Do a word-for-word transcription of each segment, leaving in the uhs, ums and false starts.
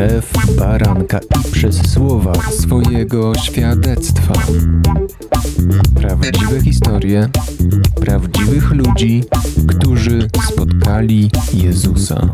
krew baranka i przez słowa swojego świadectwa. Prawdziwe historie prawdziwych ludzi, którzy spotkali Jezusa.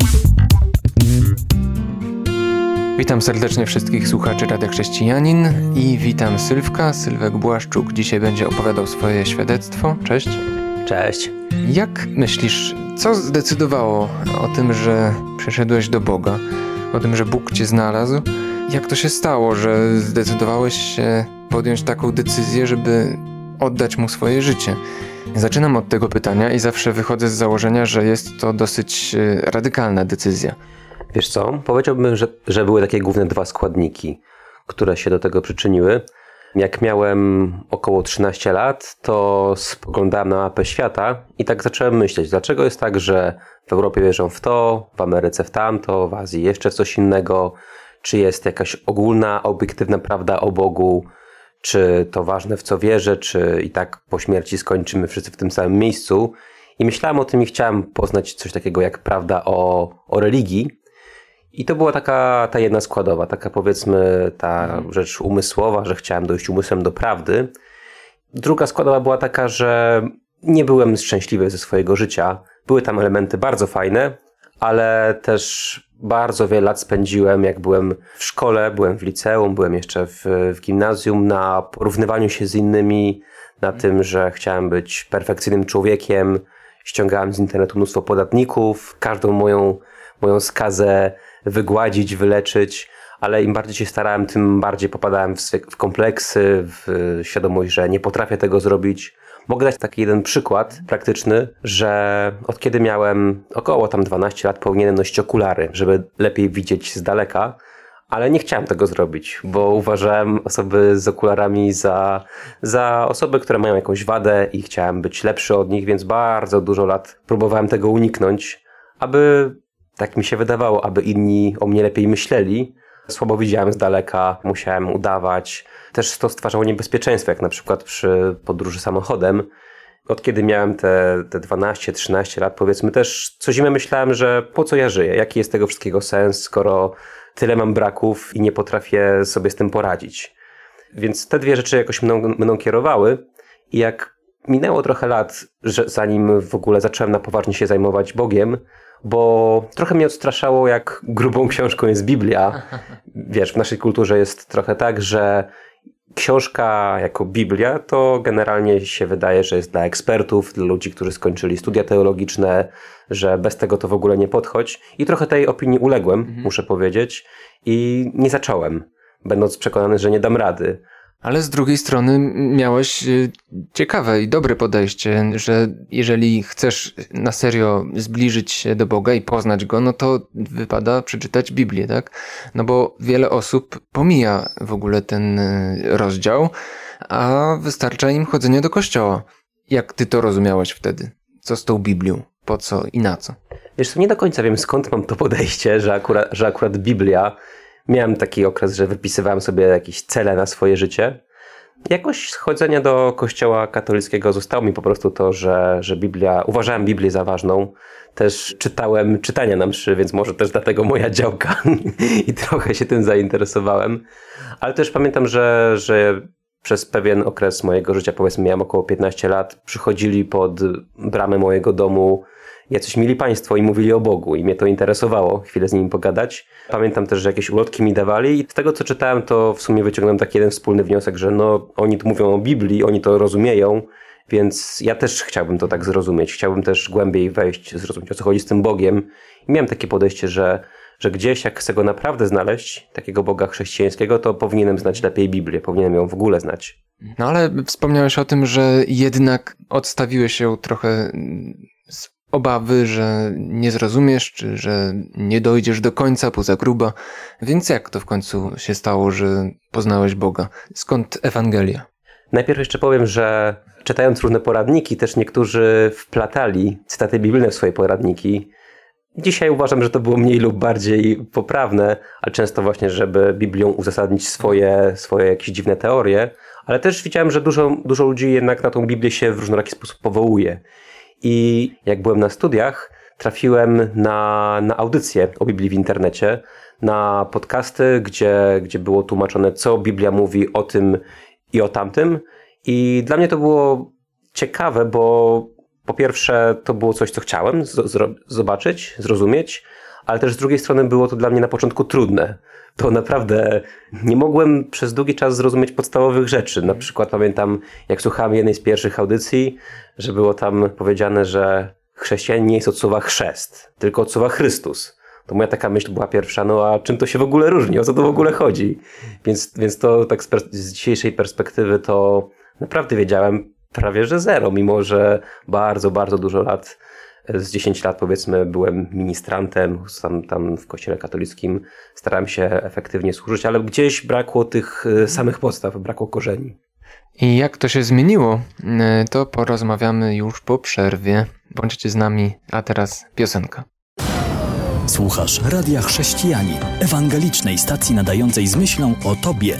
Witam serdecznie wszystkich słuchaczy Radia Chrześcijanin i witam Sylwka, Sylwek Błaszczuk. Dzisiaj będzie opowiadał swoje świadectwo. Cześć. Cześć. Jak myślisz, co zdecydowało o tym, że przeszedłeś do Boga? O tym, że Bóg cię znalazł? Jak to się stało, że zdecydowałeś się podjąć taką decyzję, żeby oddać Mu swoje życie? Zaczynam od tego pytania i zawsze wychodzę z założenia, że jest to dosyć radykalna decyzja. Wiesz co, powiedziałbym, że, że były takie główne dwa składniki, które się do tego przyczyniły. Jak miałem około trzynaście lat, to spoglądałem na mapę świata i tak zacząłem myśleć, dlaczego jest tak, że w Europie wierzą w to, w Ameryce w tamto, w Azji jeszcze w coś innego, czy jest jakaś ogólna, obiektywna prawda o Bogu, czy to ważne w co wierzę, czy i tak po śmierci skończymy wszyscy w tym samym miejscu. I myślałem o tym i chciałem poznać coś takiego jak prawda o, o religii. I to była taka ta jedna składowa, taka powiedzmy ta rzecz umysłowa, że chciałem dojść umysłem do prawdy. Druga składowa była taka, że nie byłem szczęśliwy ze swojego życia. Były tam elementy bardzo fajne, ale też bardzo wiele lat spędziłem, jak byłem w szkole, byłem w liceum, byłem jeszcze w, w gimnazjum, na porównywaniu się z innymi, na tym, że chciałem być perfekcyjnym człowiekiem. Ściągałem z internetu mnóstwo podatników, każdą moją, moją skazę wygładzić, wyleczyć, ale im bardziej się starałem, tym bardziej popadałem w, w kompleksy, w świadomość, że nie potrafię tego zrobić. Mogę dać taki jeden przykład praktyczny, że od kiedy miałem około tam dwanaście lat powinienem nosić okulary, żeby lepiej widzieć z daleka, ale nie chciałem tego zrobić, bo uważałem osoby z okularami za, za osoby, które mają jakąś wadę i chciałem być lepszy od nich, więc bardzo dużo lat próbowałem tego uniknąć, aby tak mi się wydawało, aby inni o mnie lepiej myśleli. Słabo widziałem z daleka, musiałem udawać. Też to stwarzało niebezpieczeństwo, jak na przykład przy podróży samochodem. Od kiedy miałem te, te dwanaście trzynaście lat, powiedzmy, też co zimę myślałem, że po co ja żyję? Jaki jest tego wszystkiego sens, skoro tyle mam braków i nie potrafię sobie z tym poradzić. Więc te dwie rzeczy jakoś mną, mną kierowały. I jak minęło trochę lat, że zanim w ogóle zacząłem na poważnie się zajmować Bogiem, bo trochę mnie odstraszało, jak grubą książką jest Biblia. Wiesz, w naszej kulturze jest trochę tak, że książka jako Biblia to generalnie się wydaje, że jest dla ekspertów, dla ludzi, którzy skończyli studia teologiczne, że bez tego to w ogóle nie podchodź. I trochę tej opinii uległem, mhm. muszę powiedzieć, i nie zacząłem, będąc przekonany, że nie dam rady. Ale z drugiej strony miałeś ciekawe i dobre podejście, że jeżeli chcesz na serio zbliżyć się do Boga i poznać Go, no to wypada przeczytać Biblię, tak? No bo wiele osób pomija w ogóle ten rozdział, a wystarcza im chodzenie do kościoła. Jak ty to rozumiałeś wtedy? Co z tą Biblią? Po co i na co? Wiesz co, nie do końca wiem, skąd mam to podejście, że akurat, że akurat Biblia. Miałem taki okres, że wypisywałem sobie jakieś cele na swoje życie. Jakoś z chodzenia do kościoła katolickiego zostało mi po prostu to, że, że Biblia, uważałem Biblię za ważną. Też czytałem czytania na mszy, więc może też dlatego moja działka i trochę się tym zainteresowałem. Ale też pamiętam, że, że przez pewien okres mojego życia, powiedzmy miałem około piętnaście lat, przychodzili pod bramę mojego domu jacyś mili państwo i mówili o Bogu i mnie to interesowało, chwilę z nimi pogadać. Pamiętam też, że jakieś ulotki mi dawali i z tego, co czytałem, to w sumie wyciągnąłem taki jeden wspólny wniosek, że no oni tu mówią o Biblii, oni to rozumieją, więc ja też chciałbym to tak zrozumieć. Chciałbym też głębiej wejść, zrozumieć, o co chodzi z tym Bogiem. I miałem takie podejście, że, że gdzieś, jak chcę go naprawdę znaleźć, takiego Boga chrześcijańskiego, to powinienem znać lepiej Biblię, powinienem ją w ogóle znać. No ale wspomniałeś o tym, że jednak odstawiłeś się trochę z obawy, że nie zrozumiesz, czy że nie dojdziesz do końca poza gruba. Więc jak to w końcu się stało, że poznałeś Boga? Skąd Ewangelia? Najpierw jeszcze powiem, że czytając różne poradniki, też niektórzy wplatali cytaty biblijne w swoje poradniki. Dzisiaj uważam, że to było mniej lub bardziej poprawne, ale często właśnie, żeby Biblią uzasadnić swoje, swoje jakieś dziwne teorie. Ale też widziałem, że dużo, dużo ludzi jednak na tą Biblię się w różnoraki sposób powołuje. I jak byłem na studiach, trafiłem na, na audycję o Biblii w internecie, na podcasty, gdzie, gdzie było tłumaczone, co Biblia mówi o tym i o tamtym. I dla mnie to było ciekawe, bo po pierwsze to było coś, co chciałem z- zobaczyć, zrozumieć, ale też z drugiej strony było to dla mnie na początku trudne. To naprawdę nie mogłem przez długi czas zrozumieć podstawowych rzeczy. Na przykład pamiętam, jak słuchałem jednej z pierwszych audycji, że było tam powiedziane, że chrześcijanin nie jest od słowa chrzest, tylko od słowa Chrystus. To moja taka myśl była pierwsza, no a czym to się w ogóle różni? O co to w ogóle chodzi? Więc, więc to tak z, pers- z dzisiejszej perspektywy to naprawdę wiedziałem prawie, że zero, mimo że bardzo, bardzo dużo lat, z dziesięć lat powiedzmy byłem ministrantem, tam, tam w kościele katolickim starałem się efektywnie służyć, ale gdzieś brakło tych samych podstaw, brakło korzeni. I jak to się zmieniło, to porozmawiamy już po przerwie. Bądźcie z nami, a teraz piosenka. Słuchasz Radia Chrześcijanin, ewangelicznej stacji nadającej z myślą o Tobie.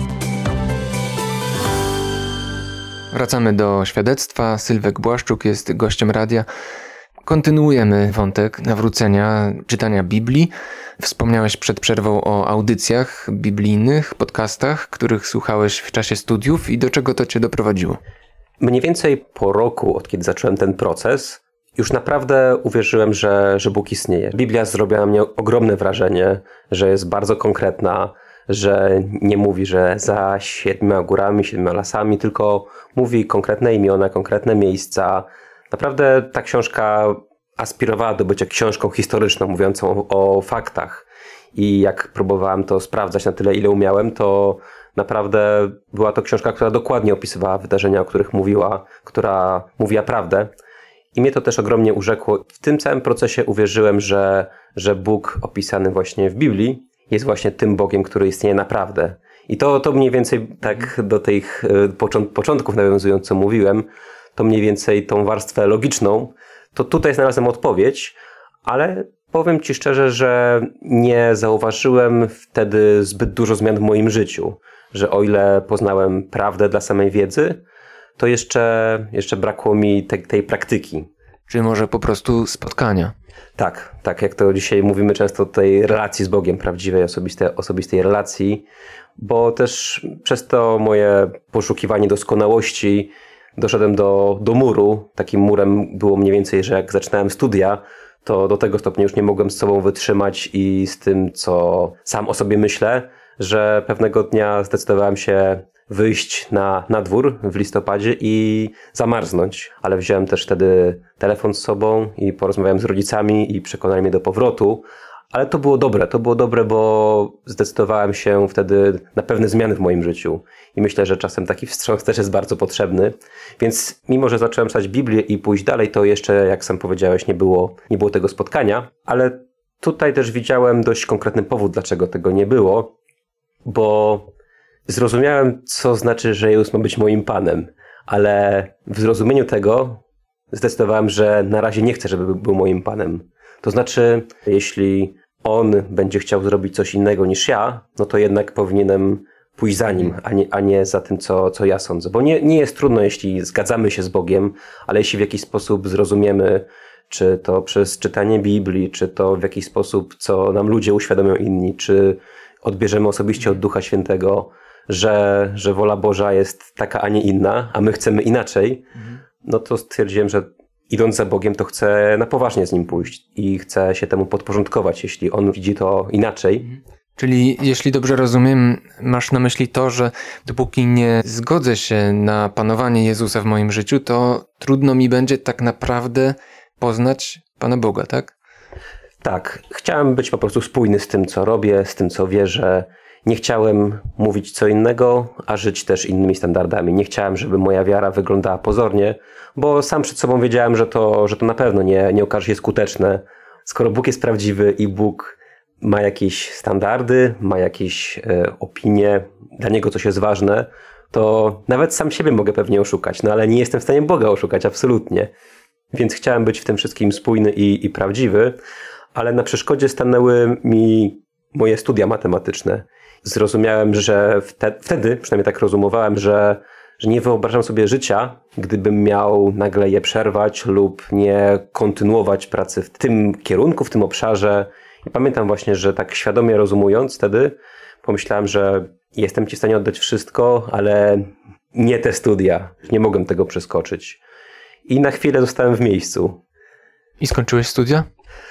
Wracamy do świadectwa. Sylwek Błaszczuk jest gościem radia. Kontynuujemy wątek nawrócenia, czytania Biblii. Wspomniałeś przed przerwą o audycjach biblijnych, podcastach, których słuchałeś w czasie studiów i do czego to cię doprowadziło? Mniej więcej po roku, od kiedy zacząłem ten proces, już naprawdę uwierzyłem, że, że Bóg istnieje. Biblia zrobiła na mnie ogromne wrażenie, że jest bardzo konkretna, że nie mówi, że za siedmioma górami, siedmioma lasami, tylko mówi konkretne imiona, konkretne miejsca. Naprawdę ta książka aspirowała do bycia książką historyczną, mówiącą o, o faktach. I jak próbowałem to sprawdzać na tyle, ile umiałem, to naprawdę była to książka, która dokładnie opisywała wydarzenia, o których mówiła, która mówiła prawdę. I mnie to też ogromnie urzekło. W tym całym procesie uwierzyłem, że, że Bóg opisany właśnie w Biblii jest właśnie tym Bogiem, który istnieje naprawdę. I to, to mniej więcej tak do tych początków nawiązując, co mówiłem, to mniej więcej tą warstwę logiczną, to tutaj znalazłem odpowiedź, ale powiem Ci szczerze, że nie zauważyłem wtedy zbyt dużo zmian w moim życiu. Że o ile poznałem prawdę dla samej wiedzy, to jeszcze, jeszcze brakło mi te, tej praktyki. Czy może po prostu spotkania? Tak, tak jak to dzisiaj mówimy często o tej relacji z Bogiem, prawdziwej, osobistej, osobistej relacji, bo też przez to moje poszukiwanie doskonałości doszedłem do, do muru. Takim murem było mniej więcej, że jak zaczynałem studia, to do tego stopnia już nie mogłem z sobą wytrzymać i z tym, co sam o sobie myślę, że pewnego dnia zdecydowałem się wyjść na, na dwór w listopadzie i zamarznąć. Ale wziąłem też wtedy telefon z sobą i porozmawiałem z rodzicami i przekonali mnie do powrotu. Ale to było dobre, to było dobre, bo zdecydowałem się wtedy na pewne zmiany w moim życiu. I myślę, że czasem taki wstrząs też jest bardzo potrzebny. Więc mimo, że zacząłem czytać Biblię i pójść dalej, to jeszcze, jak sam powiedziałeś, nie było, nie było tego spotkania. Ale tutaj też widziałem dość konkretny powód, dlaczego tego nie było. Bo zrozumiałem, co znaczy, że Jezus ma być moim Panem. Ale w zrozumieniu tego zdecydowałem, że na razie nie chcę, żeby był moim Panem. To znaczy, jeśli On będzie chciał zrobić coś innego niż ja, no to jednak powinienem pójść za Nim, a nie, a nie za tym, co, co ja sądzę. Bo nie, nie jest trudno, jeśli zgadzamy się z Bogiem, ale jeśli w jakiś sposób zrozumiemy, czy to przez czytanie Biblii, czy to w jakiś sposób, co nam ludzie uświadomią inni, czy odbierzemy osobiście od Ducha Świętego, że, że wola Boża jest taka, a nie inna, a my chcemy inaczej, mhm. no to stwierdziłem, że idąc za Bogiem, to chcę na poważnie z Nim pójść i chcę się temu podporządkować, jeśli On widzi to inaczej. Czyli, jeśli dobrze rozumiem, masz na myśli to, że dopóki nie zgodzę się na panowanie Jezusa w moim życiu, to trudno mi będzie tak naprawdę poznać Pana Boga, tak? Tak. Chciałem być po prostu spójny z tym, co robię, z tym, co wierzę. Nie chciałem mówić co innego, a żyć też innymi standardami. Nie chciałem, żeby moja wiara wyglądała pozornie, bo sam przed sobą wiedziałem, że to, że to na pewno nie, nie okaże się skuteczne. Skoro Bóg jest prawdziwy i Bóg ma jakieś standardy, ma jakieś e, opinie, dla Niego coś jest ważne, to nawet sam siebie mogę pewnie oszukać, no ale nie jestem w stanie Boga oszukać, absolutnie. Więc chciałem być w tym wszystkim spójny i, i prawdziwy, ale na przeszkodzie stanęły mi moje studia matematyczne. Zrozumiałem, że wtedy, wtedy, przynajmniej tak rozumowałem, że, że nie wyobrażam sobie życia, gdybym miał nagle je przerwać lub nie kontynuować pracy w tym kierunku, w tym obszarze. I pamiętam właśnie, że tak świadomie rozumując wtedy, pomyślałem, że jestem ci w stanie oddać wszystko, ale nie te studia. Nie mogłem tego przeskoczyć. I na chwilę zostałem w miejscu. I skończyłeś studia?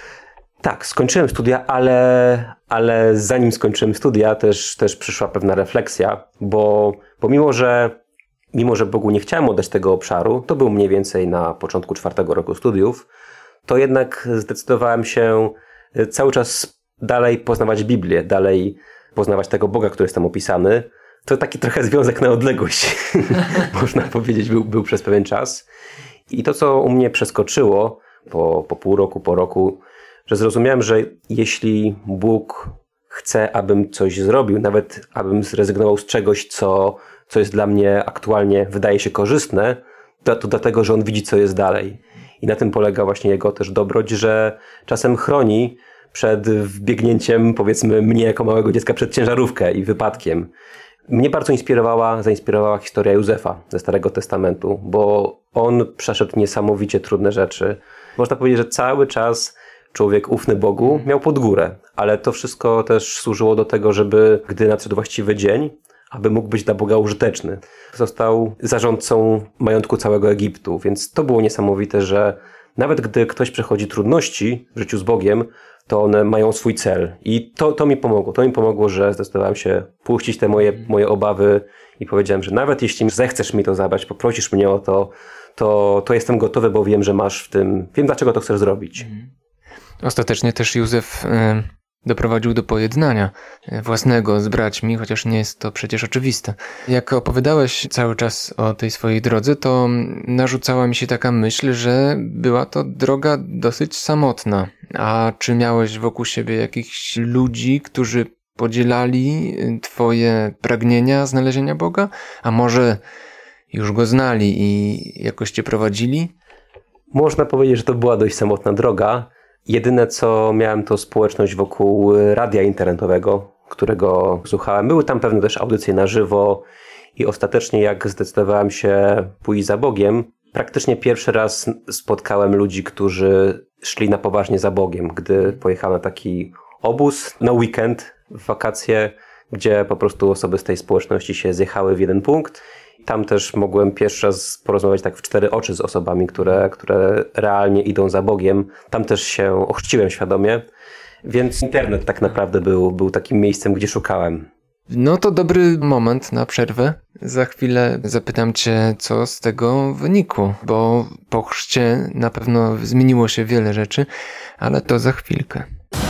Tak, skończyłem studia, ale, ale zanim skończyłem studia też, też przyszła pewna refleksja, bo pomimo, że mimo, że Bogu nie chciałem oddać tego obszaru, to był mniej więcej na początku czwartego roku studiów, to jednak zdecydowałem się cały czas dalej poznawać Biblię, dalej poznawać tego Boga, który jest tam opisany. To taki trochę związek na odległość, można powiedzieć, był, był przez pewien czas. I to, co u mnie przeskoczyło po, po pół roku, po roku, że zrozumiałem, że jeśli Bóg chce, abym coś zrobił, nawet abym zrezygnował z czegoś, co, co jest dla mnie aktualnie, wydaje się korzystne, to, to dlatego, że On widzi, co jest dalej. I na tym polega właśnie Jego też dobroć, że czasem chroni przed wbiegnięciem, powiedzmy, mnie jako małego dziecka przed ciężarówkę i wypadkiem. Mnie bardzo inspirowała, zainspirowała historia Józefa ze Starego Testamentu, bo on przeszedł niesamowicie trudne rzeczy. Można powiedzieć, że cały czas człowiek ufny Bogu miał pod górę, ale to wszystko też służyło do tego, żeby gdy nadszedł właściwy dzień, aby mógł być dla Boga użyteczny. Został zarządcą majątku całego Egiptu, więc to było niesamowite, że nawet gdy ktoś przechodzi trudności w życiu z Bogiem, to one mają swój cel. I to, to mi pomogło. To mi pomogło, że zdecydowałem się puścić te moje, moje obawy i powiedziałem, że nawet jeśli zechcesz mi to zabrać, poprosisz mnie o to, to, to jestem gotowy, bo wiem, że masz w tym, wiem dlaczego to chcesz zrobić. Ostatecznie też Józef y, doprowadził do pojednania własnego z braćmi, chociaż nie jest to przecież oczywiste. Jak opowiadałeś cały czas o tej swojej drodze, to narzucała mi się taka myśl, że była to droga dosyć samotna. A czy miałeś wokół siebie jakichś ludzi, którzy podzielali twoje pragnienia znalezienia Boga? A może już Go znali i jakoś cię prowadzili? Można powiedzieć, że to była dość samotna droga. Jedyne, co miałem, to społeczność wokół radia internetowego, którego słuchałem. Były tam pewne też audycje na żywo i ostatecznie jak zdecydowałem się pójść za Bogiem, praktycznie pierwszy raz spotkałem ludzi, którzy szli na poważnie za Bogiem, gdy pojechałem na taki obóz na weekend, w wakacje, gdzie po prostu osoby z tej społeczności się zjechały w jeden punkt. Tam też mogłem pierwszy raz porozmawiać tak w cztery oczy z osobami, które, które realnie idą za Bogiem. Tam też się ochrzciłem świadomie, więc internet tak naprawdę był, był takim miejscem, gdzie szukałem. No to dobry moment na przerwę. Za chwilę zapytam cię, co z tego wynikło, bo po chrzcie na pewno zmieniło się wiele rzeczy, ale to za chwilkę.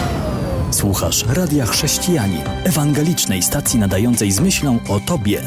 Słuchasz Radia Chrześcijanin, ewangelicznej stacji nadającej z myślą o Tobie.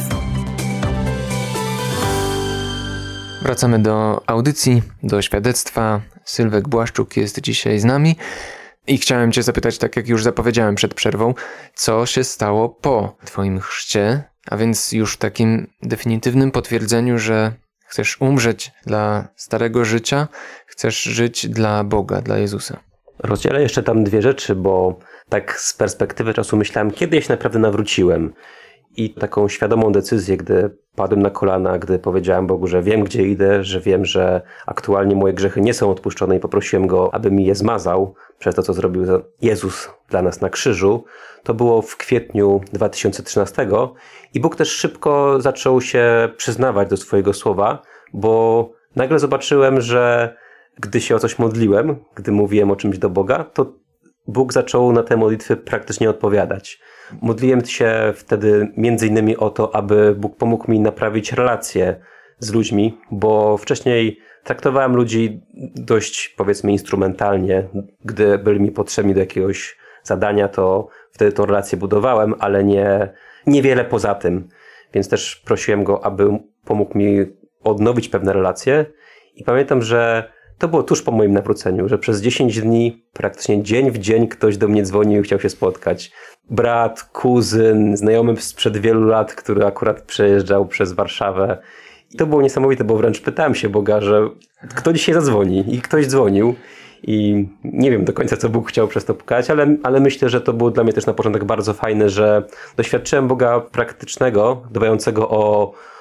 Wracamy do audycji, do świadectwa. Sylwek Błaszczuk jest dzisiaj z nami i chciałem cię zapytać, tak jak już zapowiedziałem przed przerwą, co się stało po twoim chrzcie, a więc już takim definitywnym potwierdzeniu, że chcesz umrzeć dla starego życia, chcesz żyć dla Boga, dla Jezusa. Rozdzielę jeszcze tam dwie rzeczy, bo tak z perspektywy czasu myślałem, kiedy ja się naprawdę nawróciłem. I taką świadomą decyzję, gdy padłem na kolana, gdy powiedziałem Bogu, że wiem, gdzie idę, że wiem, że aktualnie moje grzechy nie są odpuszczone i poprosiłem Go, aby mi je zmazał przez to, co zrobił Jezus dla nas na krzyżu, to było w kwietniu dwa tysiące trzynastego i Bóg też szybko zaczął się przyznawać do swojego słowa, bo nagle zobaczyłem, że gdy się o coś modliłem, gdy mówiłem o czymś do Boga, to Bóg zaczął na te modlitwy praktycznie odpowiadać. Modliłem się wtedy między innymi o to, aby Bóg pomógł mi naprawić relacje z ludźmi, bo wcześniej traktowałem ludzi dość, powiedzmy, instrumentalnie. Gdy byli mi potrzebni do jakiegoś zadania, to wtedy tą relację budowałem, ale nie, niewiele poza tym. Więc też prosiłem Go, aby pomógł mi odnowić pewne relacje i pamiętam, że to było tuż po moim nawróceniu, że przez dziesięć dni, praktycznie dzień w dzień ktoś do mnie dzwonił i chciał się spotkać. Brat, kuzyn, znajomy sprzed wielu lat, który akurat przejeżdżał przez Warszawę. I to było niesamowite, bo wręcz pytałem się Boga, że kto dzisiaj zadzwoni? I ktoś dzwonił. I nie wiem do końca, co Bóg chciał przez to pokazać, ale, ale myślę, że to było dla mnie też na początek bardzo fajne, że doświadczyłem Boga praktycznego, dbającego o,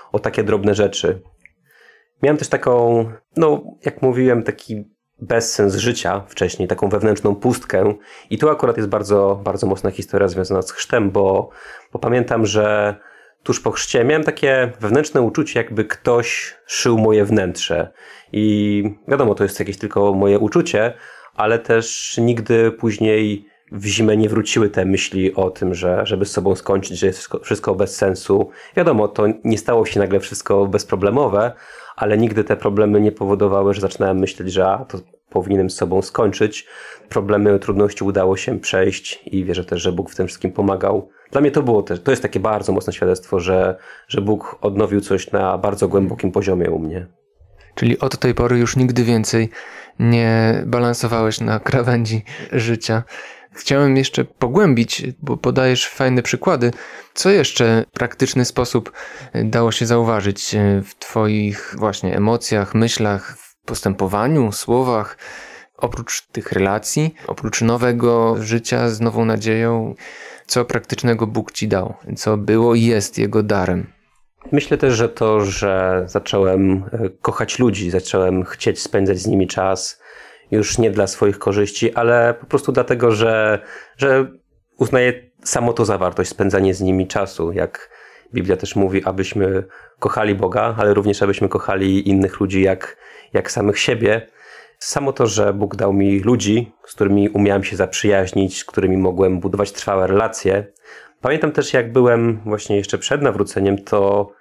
o takie drobne rzeczy. Miałem też taką, no jak mówiłem, taki bezsens życia wcześniej, taką wewnętrzną pustkę i tu akurat jest bardzo, bardzo mocna historia związana z chrztem, bo, bo pamiętam, że tuż po chrzcie miałem takie wewnętrzne uczucie, jakby ktoś szył moje wnętrze i wiadomo, to jest jakieś tylko moje uczucie, ale też nigdy później w zimę nie wróciły te myśli o tym, że żeby z sobą skończyć, że jest wszystko, wszystko bez sensu. Wiadomo, to nie stało się nagle wszystko bezproblemowe, ale nigdy te problemy nie powodowały, że zaczynałem myśleć, że a, to powinienem z sobą skończyć. Problemy, trudności udało się przejść i wierzę też, że Bóg w tym wszystkim pomagał. Dla mnie to było też, to jest takie bardzo mocne świadectwo, że, że Bóg odnowił coś na bardzo głębokim poziomie u mnie. Czyli od tej pory już nigdy więcej nie balansowałeś na krawędzi życia. Chciałem jeszcze pogłębić, bo podajesz fajne przykłady. Co jeszcze w praktyczny sposób dało się zauważyć w twoich właśnie emocjach, myślach, w postępowaniu, słowach, oprócz tych relacji, oprócz nowego życia z nową nadzieją? Co praktycznego Bóg ci dał? Co było i jest Jego darem? Myślę też, że to, że zacząłem kochać ludzi, zacząłem chcieć spędzać z nimi czas, już nie dla swoich korzyści, ale po prostu dlatego, że, że uznaję samo to za wartość, spędzanie z nimi czasu. Jak Biblia też mówi, abyśmy kochali Boga, ale również abyśmy kochali innych ludzi jak, jak samych siebie. Samo to, że Bóg dał mi ludzi, z którymi umiałem się zaprzyjaźnić, z którymi mogłem budować trwałe relacje. Pamiętam też, jak byłem właśnie jeszcze przed nawróceniem, to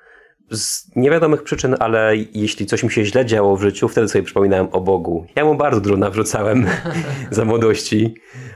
z niewiadomych przyczyn, ale jeśli coś mi się źle działo w życiu, wtedy sobie przypominałem o Bogu. Ja mu bardzo dużo nawrzucałem za młodości,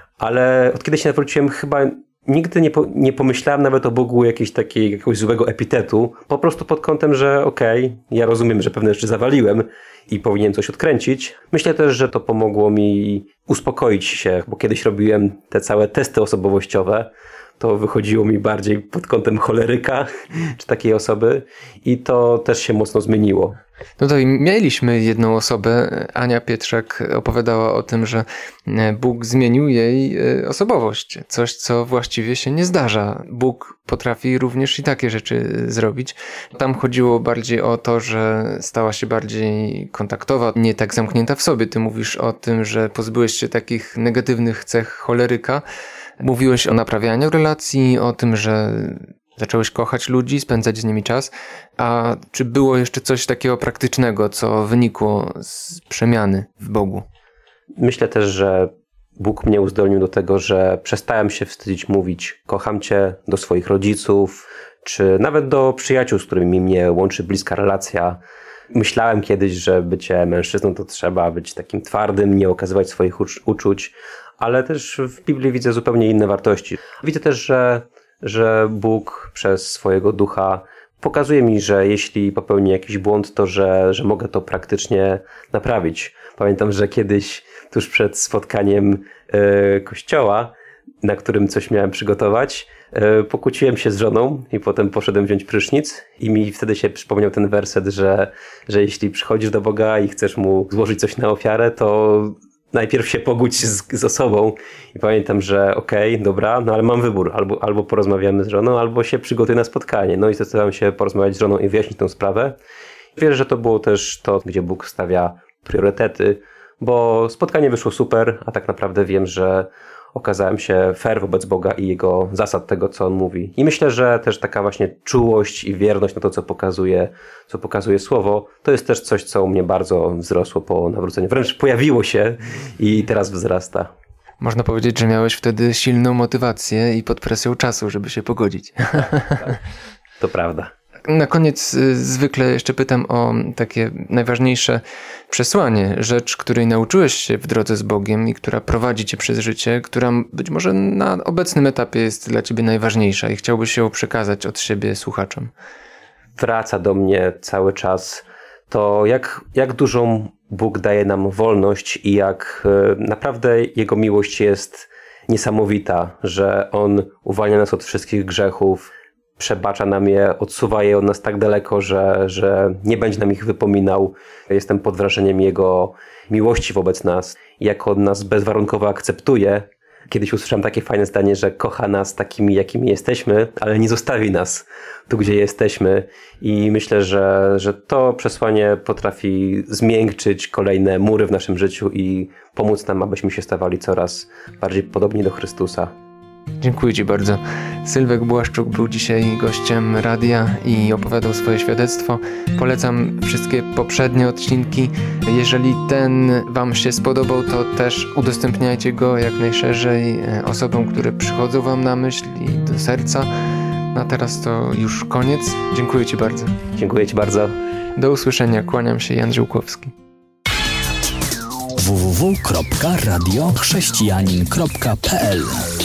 ale od kiedy się nawróciłem, chyba nigdy nie, po, nie pomyślałem nawet o Bogu jakiejś takiej, jakiegoś złego epitetu. Po prostu pod kątem, że okej, okay, ja rozumiem, że pewne rzeczy zawaliłem i powinienem coś odkręcić. Myślę też, że to pomogło mi uspokoić się, bo kiedyś robiłem te całe testy osobowościowe, to wychodziło mi bardziej pod kątem choleryka, czy takiej osoby i to też się mocno zmieniło. No to i mieliśmy jedną osobę, Ania Pietrzak opowiadała o tym, że Bóg zmienił jej osobowość. Coś, co właściwie się nie zdarza. Bóg potrafi również i takie rzeczy zrobić. Tam chodziło bardziej o to, że stała się bardziej kontaktowa, nie tak zamknięta w sobie. Ty mówisz o tym, że pozbyłeś się takich negatywnych cech choleryka. Mówiłeś o naprawianiu relacji, o tym, że zacząłeś kochać ludzi, spędzać z nimi czas. A czy było jeszcze coś takiego praktycznego, co wynikło z przemiany w Bogu? Myślę też, że Bóg mnie uzdolnił do tego, że przestałem się wstydzić mówić kocham cię do swoich rodziców, czy nawet do przyjaciół, z którymi mnie łączy bliska relacja. Myślałem kiedyś, że bycie mężczyzną to trzeba być takim twardym, nie okazywać swoich uczuć, ale też w Biblii widzę zupełnie inne wartości. Widzę też, że, że Bóg przez swojego ducha pokazuje mi, że jeśli popełnię jakiś błąd, to że, że mogę to praktycznie naprawić. Pamiętam, że kiedyś tuż przed spotkaniem e, kościoła, na którym coś miałem przygotować, e, pokłóciłem się z żoną i potem poszedłem wziąć prysznic i mi wtedy się przypomniał ten werset, że, że jeśli przychodzisz do Boga i chcesz Mu złożyć coś na ofiarę, to najpierw się pogódź z, z osobą. I pamiętam, że okej, okay, dobra, no ale mam wybór. Albo, albo porozmawiamy z żoną, albo się przygotuję na spotkanie. No i zdecydowałem się porozmawiać z żoną i wyjaśnić tę sprawę. Wierzę, że to było też to, gdzie Bóg stawia priorytety, bo spotkanie wyszło super, a tak naprawdę wiem, że okazałem się fair wobec Boga i Jego zasad tego, co On mówi. I myślę, że też taka właśnie czułość i wierność na to, co pokazuje, co pokazuje Słowo, to jest też coś, co u mnie bardzo wzrosło po nawróceniu. Wręcz pojawiło się i teraz wzrasta. Można powiedzieć, że miałeś wtedy silną motywację i pod presją czasu, żeby się pogodzić. Tak, tak. To prawda. Na koniec zwykle jeszcze pytam o takie najważniejsze przesłanie, rzecz, której nauczyłeś się w drodze z Bogiem i która prowadzi cię przez życie, która być może na obecnym etapie jest dla ciebie najważniejsza i chciałbyś ją przekazać od siebie słuchaczom. Wraca do mnie cały czas to, jak, jak dużą Bóg daje nam wolność i jak naprawdę Jego miłość jest niesamowita, że On uwalnia nas od wszystkich grzechów, przebacza nam je, odsuwa je od nas tak daleko, że, że nie będzie nam ich wypominał. Jestem pod wrażeniem Jego miłości wobec nas. Jak On nas bezwarunkowo akceptuje, Kiedyś usłyszałem takie fajne zdanie, że kocha nas takimi, jakimi jesteśmy, ale nie zostawi nas tu, gdzie jesteśmy. I myślę, że, że to przesłanie potrafi zmiękczyć kolejne mury w naszym życiu i pomóc nam, abyśmy się stawali coraz bardziej podobni do Chrystusa. Dziękuję Ci bardzo. Sylwek Błaszczuk był dzisiaj gościem radia i opowiadał swoje świadectwo. Polecam wszystkie poprzednie odcinki. Jeżeli ten Wam się spodobał, to też udostępniajcie go jak najszerzej osobom, które przychodzą Wam na myśl i do serca. No a teraz to już koniec. Dziękuję Ci bardzo. Dziękuję Ci bardzo. Do usłyszenia. Kłaniam się, Jan Żółkowski. w w w kropka radio chrześcijanin kropka p l